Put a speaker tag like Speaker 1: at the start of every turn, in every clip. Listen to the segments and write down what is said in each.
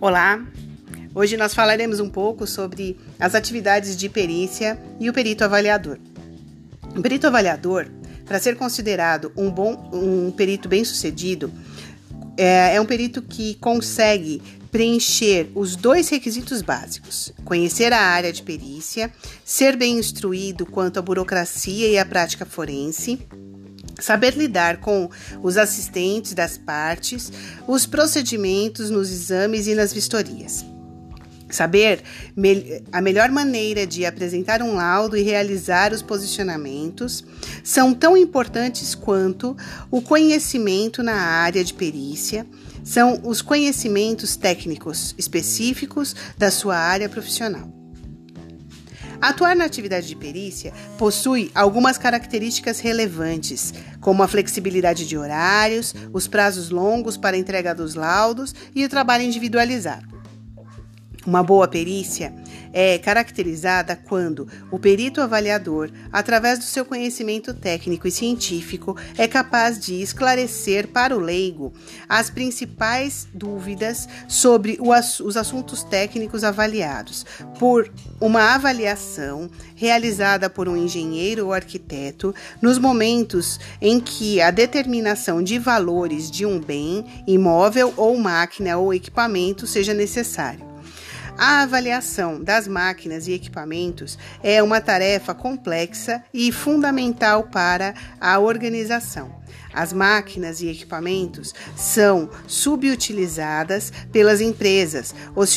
Speaker 1: Olá! Hoje nós falaremos um pouco sobre as atividades de perícia e o perito avaliador. O perito avaliador, para ser considerado um perito bem-sucedido, é um perito que consegue preencher os dois requisitos básicos: conhecer a área de perícia, ser bem instruído quanto à burocracia e à prática forense, saber lidar com os assistentes das partes, os procedimentos nos exames e nas vistorias. Saber a melhor maneira de apresentar um laudo e realizar os posicionamentos são tão importantes quanto o conhecimento na área de perícia, são os conhecimentos técnicos específicos da sua área profissional. Atuar na atividade de perícia possui algumas características relevantes, como a flexibilidade de horários, os prazos longos para a entrega dos laudos e o trabalho individualizado. Uma boa perícia é caracterizada quando o perito avaliador, através do seu conhecimento técnico e científico, é capaz de esclarecer para o leigo as principais dúvidas sobre os assuntos técnicos avaliados, por uma avaliação realizada por um engenheiro ou arquiteto nos momentos em que a determinação de valores de um bem, imóvel ou máquina ou equipamento seja necessário. A avaliação das máquinas e equipamentos é uma tarefa complexa e fundamental para a organização. As máquinas e equipamentos são subutilizadas pelas empresas,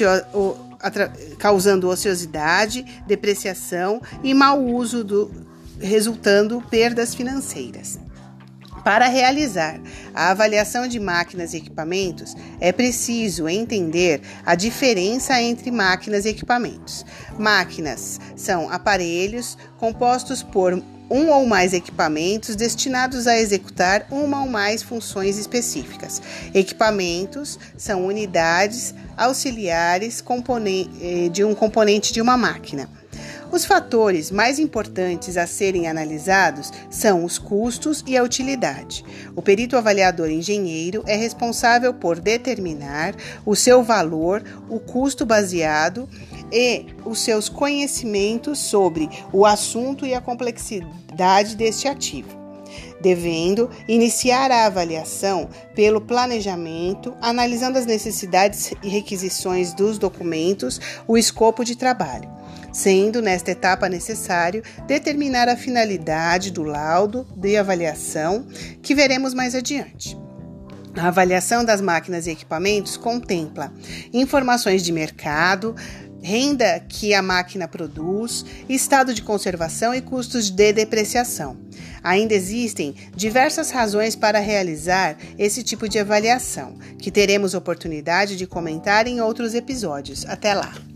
Speaker 1: causando ociosidade, depreciação e mau uso, resultando perdas financeiras. Para realizar a avaliação de máquinas e equipamentos, é preciso entender a diferença entre máquinas e equipamentos. Máquinas são aparelhos compostos por um ou mais equipamentos destinados a executar uma ou mais funções específicas. Equipamentos são unidades auxiliares de um componente de uma máquina. Os fatores mais importantes a serem analisados são os custos e a utilidade. O perito avaliador engenheiro é responsável por determinar o seu valor, o custo baseado e os seus conhecimentos sobre o assunto e a complexidade deste ativo, devendo iniciar a avaliação pelo planejamento, analisando as necessidades e requisições dos documentos, o escopo de trabalho, sendo nesta etapa necessário determinar a finalidade do laudo de avaliação, que veremos mais adiante. A avaliação das máquinas e equipamentos contempla informações de mercado, renda que a máquina produz, estado de conservação e custos de depreciação. Ainda existem diversas razões para realizar esse tipo de avaliação, que teremos oportunidade de comentar em outros episódios. Até lá!